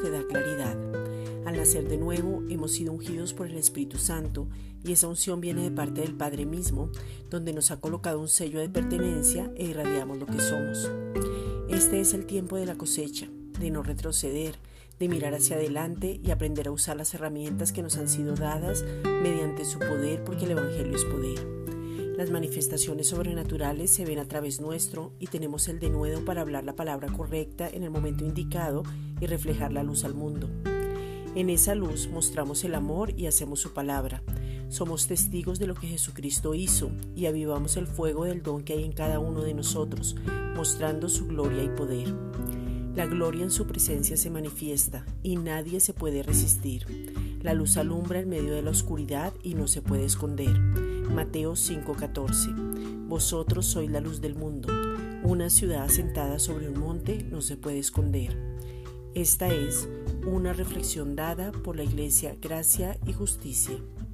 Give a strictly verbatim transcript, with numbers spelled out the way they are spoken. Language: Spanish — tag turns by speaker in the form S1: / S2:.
S1: le da claridad. Al nacer de nuevo, hemos sido ungidos por el Espíritu Santo y esa unción viene de parte del Padre mismo, donde nos ha colocado un sello de pertenencia e irradiamos lo que somos. Este es el tiempo de la cosecha, de no retroceder, de mirar hacia adelante y aprender a usar las herramientas que nos han sido dadas mediante su poder, porque el Evangelio es poder. Las manifestaciones sobrenaturales se ven a través nuestro y tenemos el denuedo para hablar la palabra correcta en el momento indicado y reflejar la luz al mundo. En esa luz mostramos el amor y hacemos su palabra. Somos testigos de lo que Jesucristo hizo y avivamos el fuego del don que hay en cada uno de nosotros, mostrando su gloria y poder. La gloria en su presencia se manifiesta y nadie se puede resistir. La luz alumbra en medio de la oscuridad y no se puede esconder. Mateo cinco catorce. Vosotros sois la luz del mundo. Una ciudad asentada sobre un monte no se puede esconder. Esta es una reflexión dada por la Iglesia Gracia y Justicia.